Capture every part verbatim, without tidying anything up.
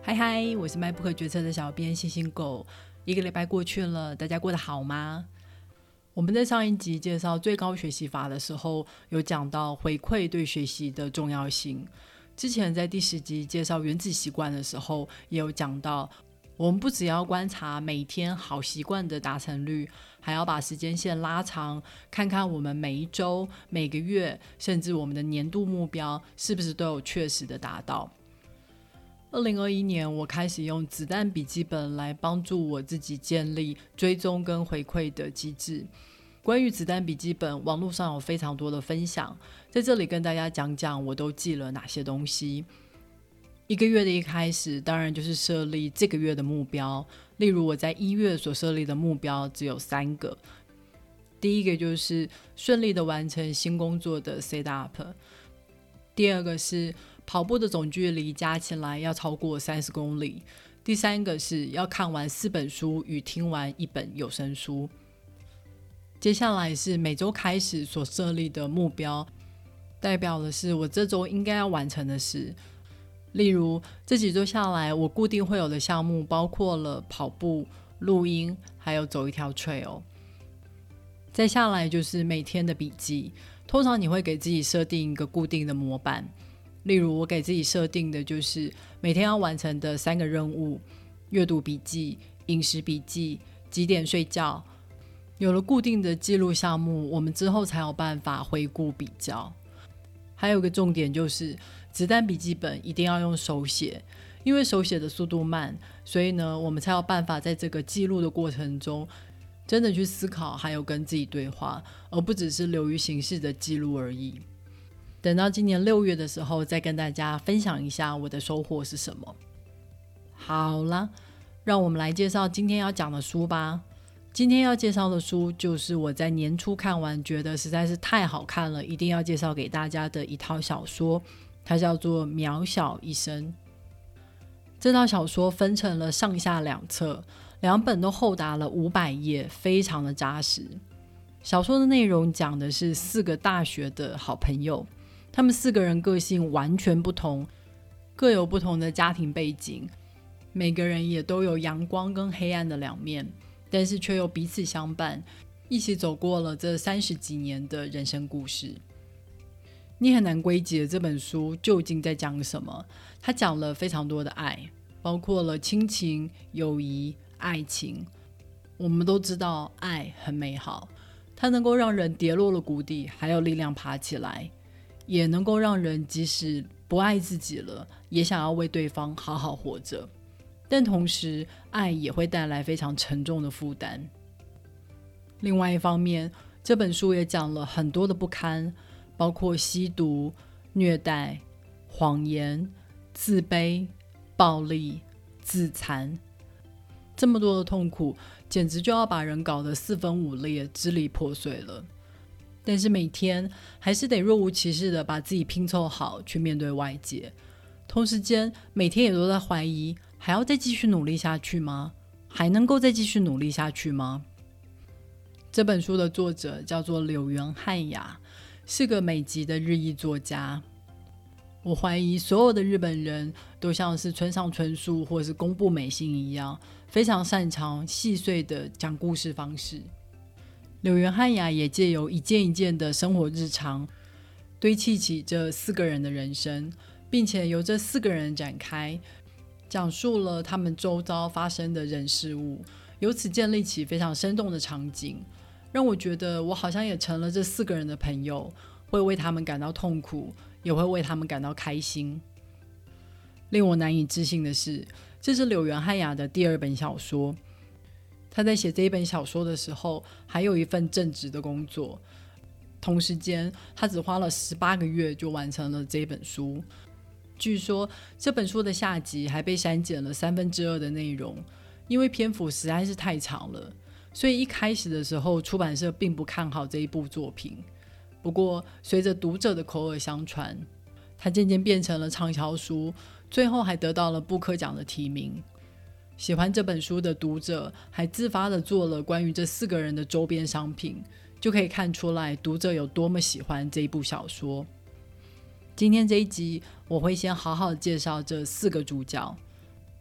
嗨嗨，我是卖不可决策的小编星星狗。一个礼拜过去了，大家过得好吗？我们在上一集介绍最高学习法的时候，有讲到回馈对学习的重要性。之前在第十集介绍原子习惯的时候，也有讲到我们不只要观察每天好习惯的达成率，还要把时间线拉长，看看我们每一周、每个月，甚至我们的年度目标是不是都有确实的达到。二零二一年我开始用子弹笔记本来帮助我自己建立追踪跟回馈的机制。关于子弹笔记本，网络上有非常多的分享，在这里跟大家讲讲我都记了哪些东西。一个月的一开始，当然就是设立这个月的目标。例如我在一月所设立的目标只有三个。第一个就是顺利的完成新工作的 set up， 第二个是跑步的总距离加起来要超过三十公里，第三个是要看完四本书与听完一本有声书。接下来是每周开始所设立的目标，代表的是我这周应该要完成的事。例如这几周下来，我固定会有的项目包括了跑步、录音，还有走一条 trail。 再下来就是每天的笔记，通常你会给自己设定一个固定的模板。例如我给自己设定的就是每天要完成的三个任务：阅读笔记、饮食笔记、几点睡觉。有了固定的记录项目，我们之后才有办法回顾比较。还有个重点就是子弹笔记本一定要用手写，因为手写的速度慢，所以呢我们才有办法在这个记录的过程中真的去思考，还有跟自己对话，而不只是流于形式的记录而已。等到今年六月的时候再跟大家分享一下我的收获是什么。好啦，让我们来介绍今天要讲的书吧。今天要介绍的书就是我在年初看完觉得实在是太好看了，一定要介绍给大家的一套小说，它叫做《渺小一生》。这套小说分成了上下两册，两本都厚达了五百页，非常的扎实。小说的内容讲的是四个大学的好朋友，他们四个人个性完全不同，各有不同的家庭背景，每个人也都有阳光跟黑暗的两面，但是却又彼此相伴，一起走过了这三十几年的人生故事。你很难归结这本书究竟在讲什么，它讲了非常多的爱，包括了亲情、友谊、爱情。我们都知道爱很美好，它能够让人跌落了谷底还有力量爬起来，也能够让人即使不爱自己了，也想要为对方好好活着。但同时爱也会带来非常沉重的负担。另外一方面，这本书也讲了很多的不堪，包括吸毒、虐待、谎言、自卑、暴力、自残。这么多的痛苦简直就要把人搞得四分五裂，支离破碎了。但是每天还是得若无其事的把自己拼凑好去面对外界，同时间每天也都在怀疑，还要再继续努力下去吗？还能够再继续努力下去吗？这本书的作者叫做柳原汉雅，是个美籍的日裔作家。我怀疑所有的日本人都像是村上春树或是宫部美幸一样，非常擅长细碎的讲故事方式。柳原汉雅也借由一件一件的生活日常，堆砌起这四个人的人生，并且由这四个人展开，讲述了他们周遭发生的人事物，由此建立起非常生动的场景，让我觉得我好像也成了这四个人的朋友，会为他们感到痛苦，也会为他们感到开心。令我难以置信的是，这是柳原汉雅的第二本小说。他在写这一本小说的时候，还有一份正职的工作，同时间他只花了十八个月就完成了这本书。据说这本书的下集还被删减了三分之二的内容，因为篇幅实在是太长了，所以一开始的时候出版社并不看好这一部作品。不过随着读者的口耳相传，它渐渐变成了畅销书，最后还得到了布克奖的提名。喜欢这本书的读者还自发的做了关于这四个人的周边商品，就可以看出来读者有多么喜欢这一部小说。今天这一集我会先好好介绍这四个主角。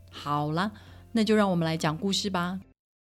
好啦，那就让我们来讲故事吧。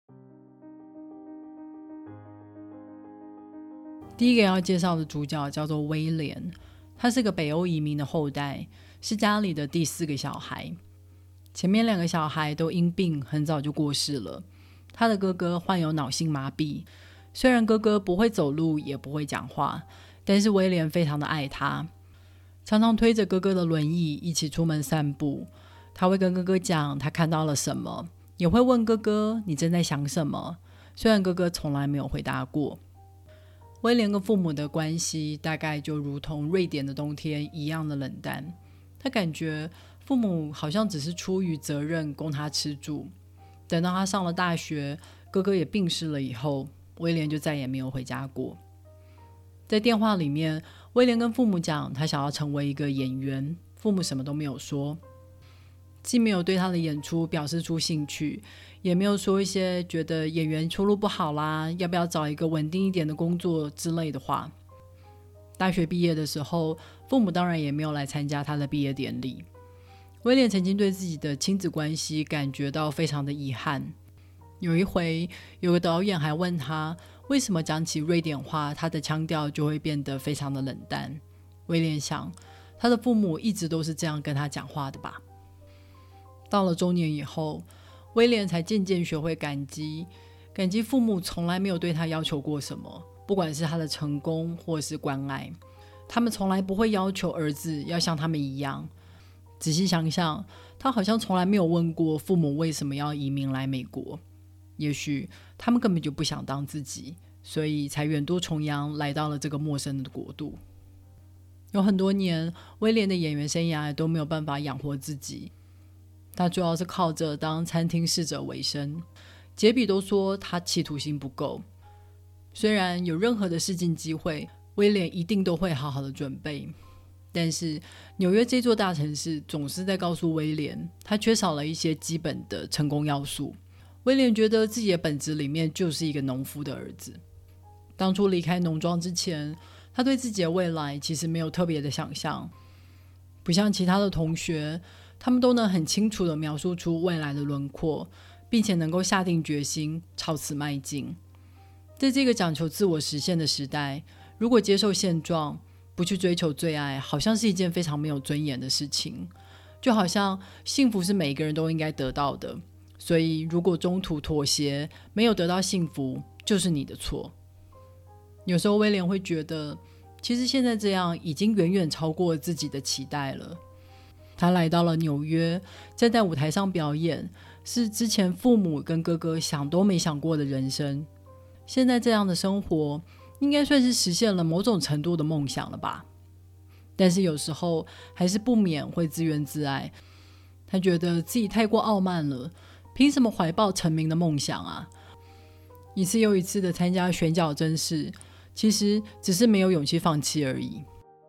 第一个要介绍的主角叫做威廉，他是个北欧移民的后代，是家里的第四个小孩。前面两个小孩都因病很早就过世了，他的哥哥患有脑性麻痹，虽然哥哥不会走路也不会讲话，但是威廉非常的爱他，常常推着哥哥的轮椅一起出门散步。他会跟哥哥讲他看到了什么，也会问哥哥你正在想什么，虽然哥哥从来没有回答过。威廉跟父母的关系大概就如同瑞典的冬天一样的冷淡，他感觉父母好像只是出于责任供他吃住。等到他上了大学，哥哥也病逝了以后，威廉就再也没有回家过。在电话里面，威廉跟父母讲他想要成为一个演员，父母什么都没有说，既没有对他的演出表示出兴趣，也没有说一些觉得演员出路不好啦，要不要找一个稳定一点的工作之类的话。大学毕业的时候，父母当然也没有来参加他的毕业典礼。威廉曾经对自己的亲子关系感觉到非常的遗憾。有一回，有个导演还问他，为什么讲起瑞典话，他的腔调就会变得非常的冷淡。威廉想，他的父母一直都是这样跟他讲话的吧。到了中年以后，威廉才渐渐学会感激，感激父母从来没有对他要求过什么，不管是他的成功或是关爱，他们从来不会要求儿子要像他们一样。仔细想想，他好像从来没有问过父母为什么要移民来美国，也许他们根本就不想当自己，所以才远渡重洋来到了这个陌生的国度。有很多年，威廉的演员生涯都没有办法养活自己，他主要是靠着当餐厅侍者为生。杰比都说他企图心不够，虽然有任何的试镜机会，威廉一定都会好好的准备，但是纽约这座大城市总是在告诉威廉，他缺少了一些基本的成功要素。威廉觉得自己的本质里面就是一个农夫的儿子。当初离开农庄之前，他对自己的未来其实没有特别的想象，不像其他的同学，他们都能很清楚地描述出未来的轮廓，并且能够下定决心朝此迈进。在这个讲求自我实现的时代，如果接受现状，不去追求最爱，好像是一件非常没有尊严的事情。就好像幸福是每一个人都应该得到的，所以如果中途妥协，没有得到幸福，就是你的错。有时候威廉会觉得，其实现在这样已经远远超过自己的期待了。他来到了纽约，站在舞台上表演，是之前父母跟哥哥想都没想过的人生。现在这样的生活，应该算是实现了某种程度的梦想了吧。但是有时候还是不免会自怨自艾，他觉得自己太过傲慢了，凭什么怀抱成名的梦想啊？一次又一次的参加选角甄试，其实只是没有勇气放弃而已。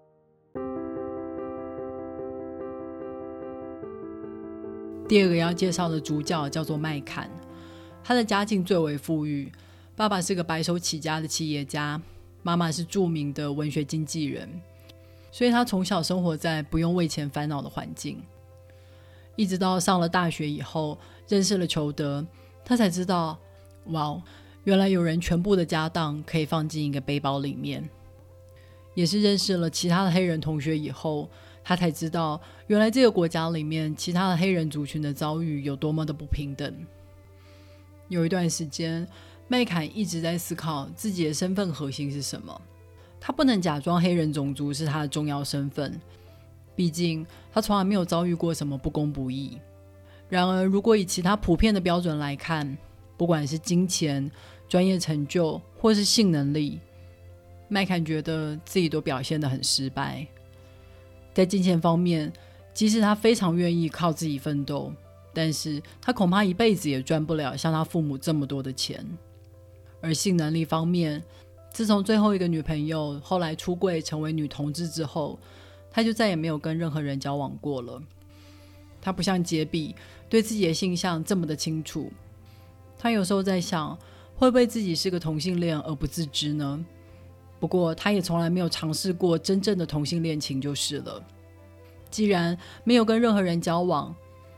第二个要介绍的主角叫做麦坎，他的家境最为富裕，爸爸是个白手起家的企业家，妈妈是著名的文学经纪人，所以他从小生活在不用为钱烦恼的环境。一直到上了大学以后，认识了裘德，他才知道，哇，原来有人全部的家当可以放进一个背包里面。也是认识了其他的黑人同学以后，他才知道原来这个国家里面其他的黑人族群的遭遇有多么的不平等。有一段时间，麦坎一直在思考自己的身份核心是什么。他不能假装黑人种族是他的重要身份，毕竟他从来没有遭遇过什么不公不义。然而如果以其他普遍的标准来看，不管是金钱、专业成就或是性能力，麦坎觉得自己都表现得很失败。在金钱方面，即使他非常愿意靠自己奋斗，但是他恐怕一辈子也赚不了像他父母这么多的钱。而性能力方面，自从最后一个女朋友后来出柜成为女同志之后，他就再也没有跟任何人交往过了。他不像杰比对自己的性向这么的清楚，他有时候在想，会不会自己是个同性恋而不自知呢？不过他也从来没有尝试过真正的同性恋情就是了。既然没有跟任何人交往，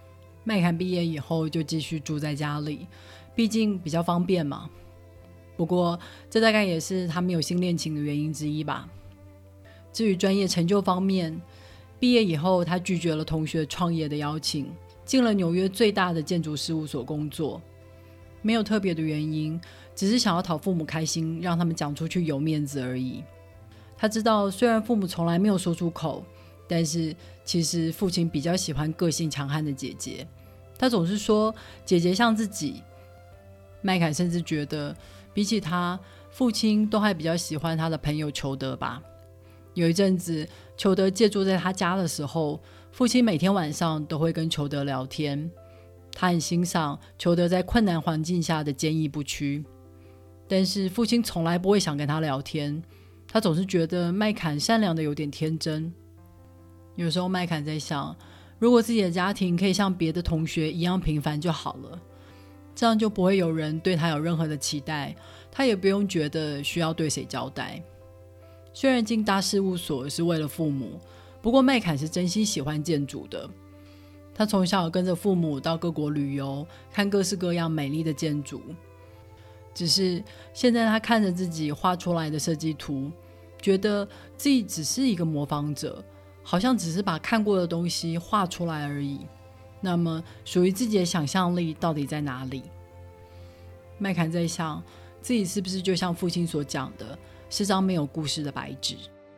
麦坎毕业以后就继续住在家里，毕竟比较方便嘛。不过这大概也是他没有新恋情的原因之一吧。至于专业成就方面，毕业以后他拒绝了同学创业的邀请，进了纽约最大的建筑事务所工作。没有特别的原因，只是想要讨父母开心，让他们讲出去有面子而已。他知道虽然父母从来没有说出口，但是其实父亲比较喜欢个性强悍的姐姐。他总是说姐姐像自己。麦坎甚至觉得比起他，父亲都还比较喜欢他的朋友裘德吧。有一阵子裘德借住在他家的时候，父亲每天晚上都会跟裘德聊天。他很欣赏裘德在困难环境下的坚毅不屈，但是父亲从来不会想跟他聊天。他总是觉得麦坎善良的有点天真。有时候麦坎在想，如果自己的家庭可以像别的同学一样平凡就好了，这样就不会有人对他有任何的期待，他也不用觉得需要对谁交代。虽然进大事务所是为了父母，不过麦坎是真心喜欢建筑的。他从小跟着父母到各国旅游，看各式各样美丽的建筑。只是现在他看着自己画出来的设计图，觉得自己只是一个模仿者，好像只是把看过的东西画出来而已。那么属于自己的想象力到底在哪里？麦坎在想，自己是不是就像父亲所讲的，是张没有故事的白纸。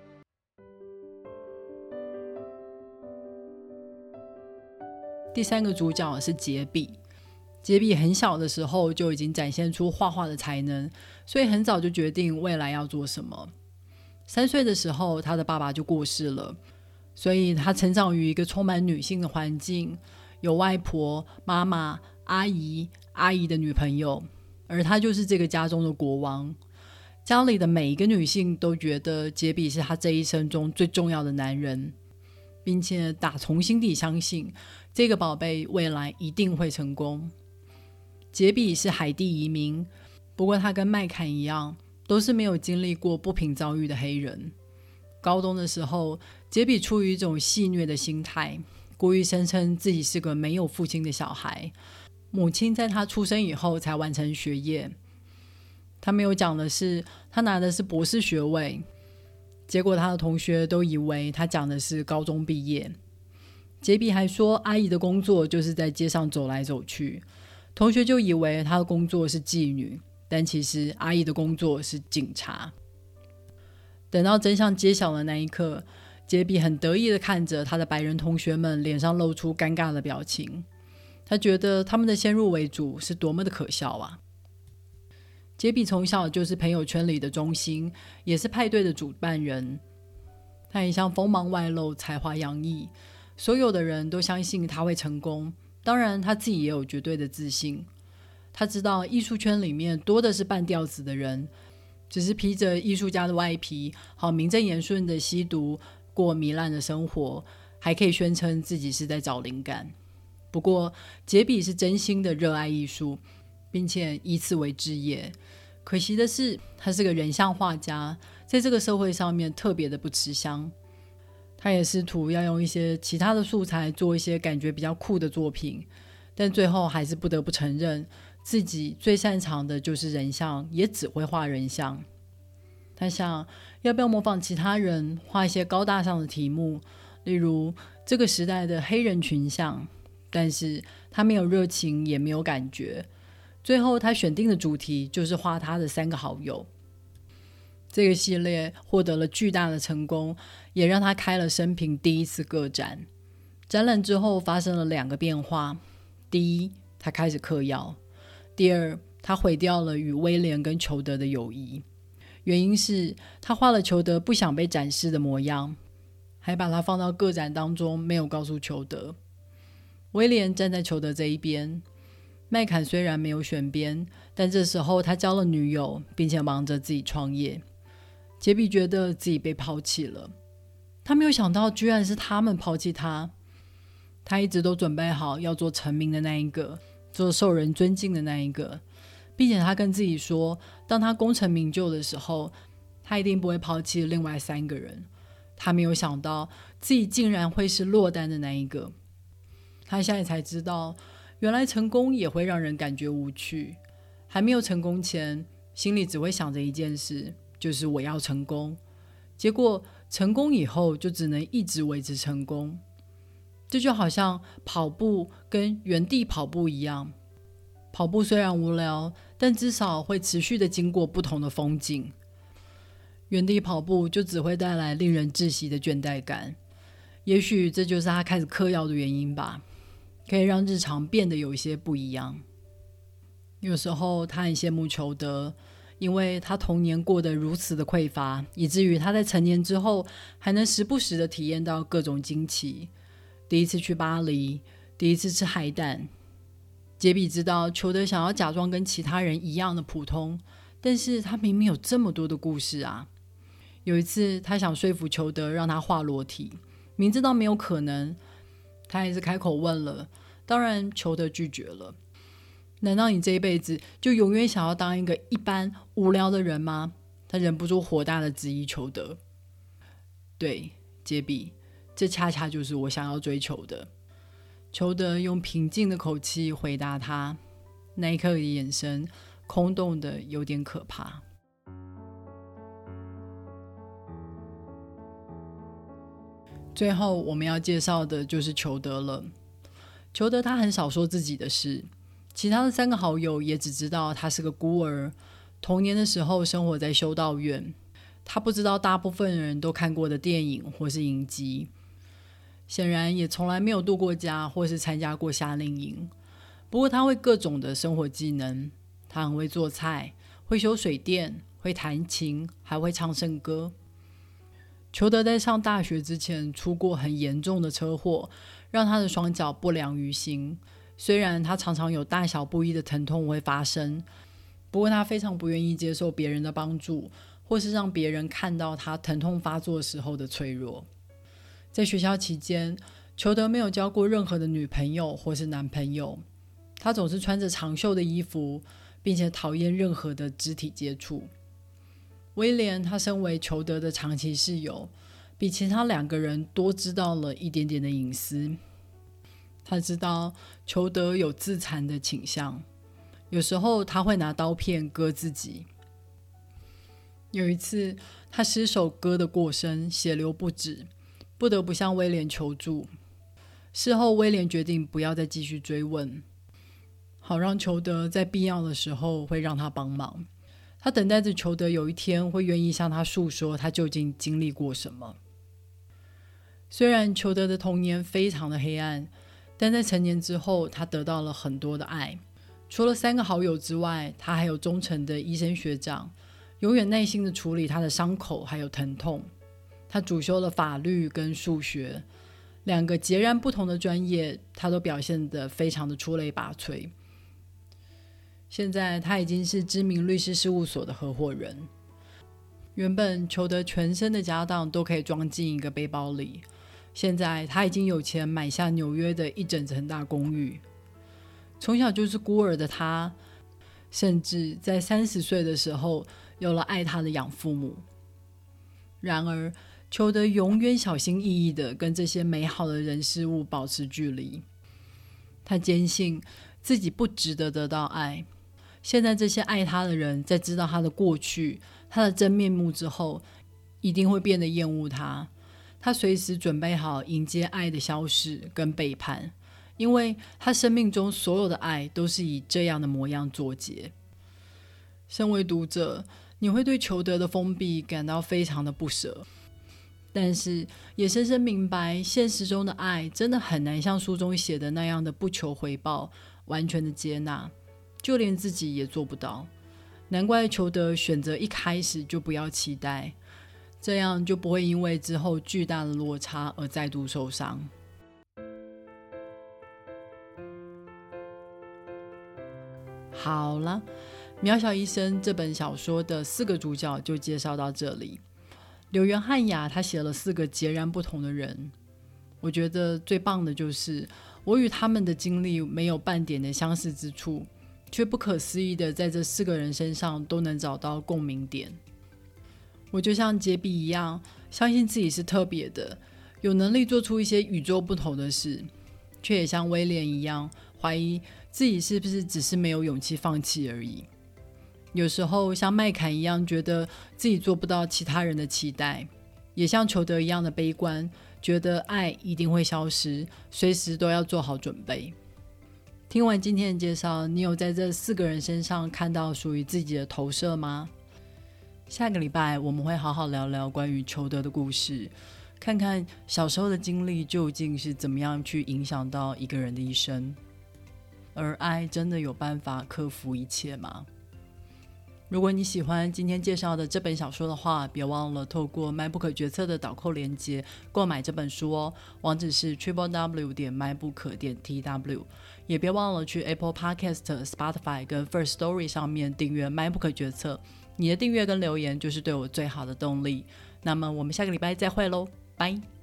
第三个主角是杰比。杰比很小的时候就已经展现出画画的才能，所以很早就决定未来要做什么。三岁的时候，他的爸爸就过世了，所以他成长于一个充满女性的环境，有外婆、妈妈、阿姨、阿姨的女朋友，而他就是这个家中的国王。家里的每一个女性都觉得杰比是他这一生中最重要的男人，并且打从心底相信这个宝贝未来一定会成功。杰比是海地移民，不过他跟麦坎一样，都是没有经历过不平遭遇的黑人。高中的时候，杰比出于一种戏谑的心态，故意声称自己是个没有父亲的小孩，母亲在他出生以后才完成学业。他没有讲的是，他拿的是博士学位，结果他的同学都以为他讲的是高中毕业。杰比还说，阿姨的工作就是在街上走来走去，同学就以为他的工作是妓女，但其实阿姨的工作是警察。等到真相揭晓的那一刻，杰比很得意地看着他的白人同学们脸上露出尴尬的表情，他觉得他们的先入为主是多么的可笑啊。杰比从小就是朋友圈里的中心，也是派对的主办人。他一向锋芒外露，才华洋溢，所有的人都相信他会成功，当然他自己也有绝对的自信。他知道艺术圈里面多的是半吊子的人，只是披着艺术家的外皮，好名正言顺的吸毒，过糜烂的生活，还可以宣称自己是在找灵感。不过杰比是真心的热爱艺术，并且以此为志业。可惜的是，他是个人像画家，在这个社会上面特别的不吃香。他也试图要用一些其他的素材做一些感觉比较酷的作品，但最后还是不得不承认，自己最擅长的就是人像，也只会画人像。他想，要不要模仿其他人画一些高大上的题目，例如这个时代的黑人群像，但是他没有热情，也没有感觉。最后他选定的主题就是画他的三个好友。这个系列获得了巨大的成功，也让他开了生平第一次个展。展览之后发生了两个变化：第一，他开始嗑药；第二，他毁掉了与威廉跟裘德的友谊。原因是他画了裘德不想被展示的模样，还把他放到个展当中，没有告诉裘德。威廉站在裘德这一边，麦坎虽然没有选边，但这时候他交了女友，并且忙着自己创业。杰比觉得自己被抛弃了，他没有想到居然是他们抛弃他。他一直都准备好要做成名的那一个，做受人尊敬的那一个，并且他跟自己说，当他功成名就的时候，他一定不会抛弃另外三个人。他没有想到自己竟然会是落单的那一个。 他现在才知道，原来成功也会让人感觉无趣。还没有成功前，心里只会想着一件事，就是我要成功。结果成功以后，就只能一直维持成功。这就好像跑步跟原地跑步一样，跑步虽然无聊，但至少会持续的经过不同的风景。原地跑步就只会带来令人窒息的倦怠感。也许这就是他开始嗑药的原因吧，可以让日常变得有一些不一样。有时候他很羡慕裘德，因为他童年过得如此的匮乏，以至于他在成年之后还能时不时的体验到各种惊奇。第一次去巴黎，第一次吃海胆。杰比知道裘德想要假装跟其他人一样的普通，但是他明明有这么多的故事啊。有一次他想说服裘德让他画裸体，明知道没有可能，他还是开口问了，当然裘德拒绝了。难道你这一辈子就永远想要当一个一般无聊的人吗？他忍不住火大的质疑裘德。对，杰比，这恰恰就是我想要追求的。裘德用平静的口气回答他，那一刻的眼神空洞的有点可怕。最后我们要介绍的就是裘德了。裘德他很少说自己的事，其他的三个好友也只知道他是个孤儿，童年的时候生活在修道院。他不知道大部分人都看过的电影或是影集，显然也从来没有度过假或是参加过夏令营。不过他会各种的生活技能，他很会做菜，会修水电，会弹琴，还会唱圣歌。裘德在上大学之前出过很严重的车祸，让他的双脚不良于行。虽然他常常有大小不一的疼痛会发生，不过他非常不愿意接受别人的帮助，或是让别人看到他疼痛发作时候的脆弱。在学校期间，裘德没有交过任何的女朋友或是男朋友。他总是穿着长袖的衣服，并且讨厌任何的肢体接触。威廉他身为裘德的长期室友，比其他两个人多知道了一点点的隐私。他知道裘德有自残的倾向，有时候他会拿刀片割自己。有一次他失手割得过深，血流不止，不得不向威廉求助。事后威廉决定不要再继续追问，好让裘德在必要的时候会让他帮忙。他等待着裘德有一天会愿意向他诉说他究竟经历过什么。虽然裘德的童年非常的黑暗，但在成年之后他得到了很多的爱。除了三个好友之外，他还有忠诚的医生学长，永远耐心的处理他的伤口还有疼痛。他主修了法律跟数学，两个截然不同的专业，他都表现得非常的出类拔萃。现在他已经是知名律师事务所的合伙人。原本裘德全身的家当都可以装进一个背包里，现在他已经有钱买下纽约的一整层大公寓。从小就是孤儿的他，甚至在三十岁的时候有了爱他的养父母。然而裘德永远小心翼翼地跟这些美好的人事物保持距离。他坚信自己不值得得到爱。现在这些爱他的人在知道他的过去，他的真面目之后，一定会变得厌恶他。他随时准备好迎接爱的消逝跟背叛，因为他生命中所有的爱都是以这样的模样作结。身为读者，你会对裘德的封闭感到非常的不舍，但是也深深明白现实中的爱真的很难像书中写的那样的不求回报，完全的接纳，就连自己也做不到。难怪裘德选择一开始就不要期待，这样就不会因为之后巨大的落差而再度受伤。好了，渺小一生这本小说的四个主角就介绍到这里。柳原汉雅他写了四个截然不同的人，我觉得最棒的就是我与他们的经历没有半点的相似之处，却不可思议的在这四个人身上都能找到共鸣点。我就像杰比一样，相信自己是特别的，有能力做出一些与众不同的事。 却也像威廉一样怀疑自己是不是只是没有勇气放弃而已。有时候像麦坎一样觉得自己做不到其他人的期待，也像裘德一样的悲观，觉得爱一定会消失，随时都要做好准备。听完今天的介绍，你有在这四个人身上看到属于自己的投射吗？下个礼拜我们会好好聊聊关于裘德的故事，看看小时候的经历究竟是怎么样去影响到一个人的一生，而爱真的有办法克服一切吗？如果你喜欢今天介绍的这本小说的话，别忘了透过 MyBook 决策的导购连结购买这本书哦，网址是 double u double u double u 点 mybook 点 t w， 也别忘了去 Apple Podcast、Spotify 跟 First Story 上面订阅 MyBook 决策，你的订阅跟留言就是对我最好的动力。那么我们下个礼拜再会咯，拜。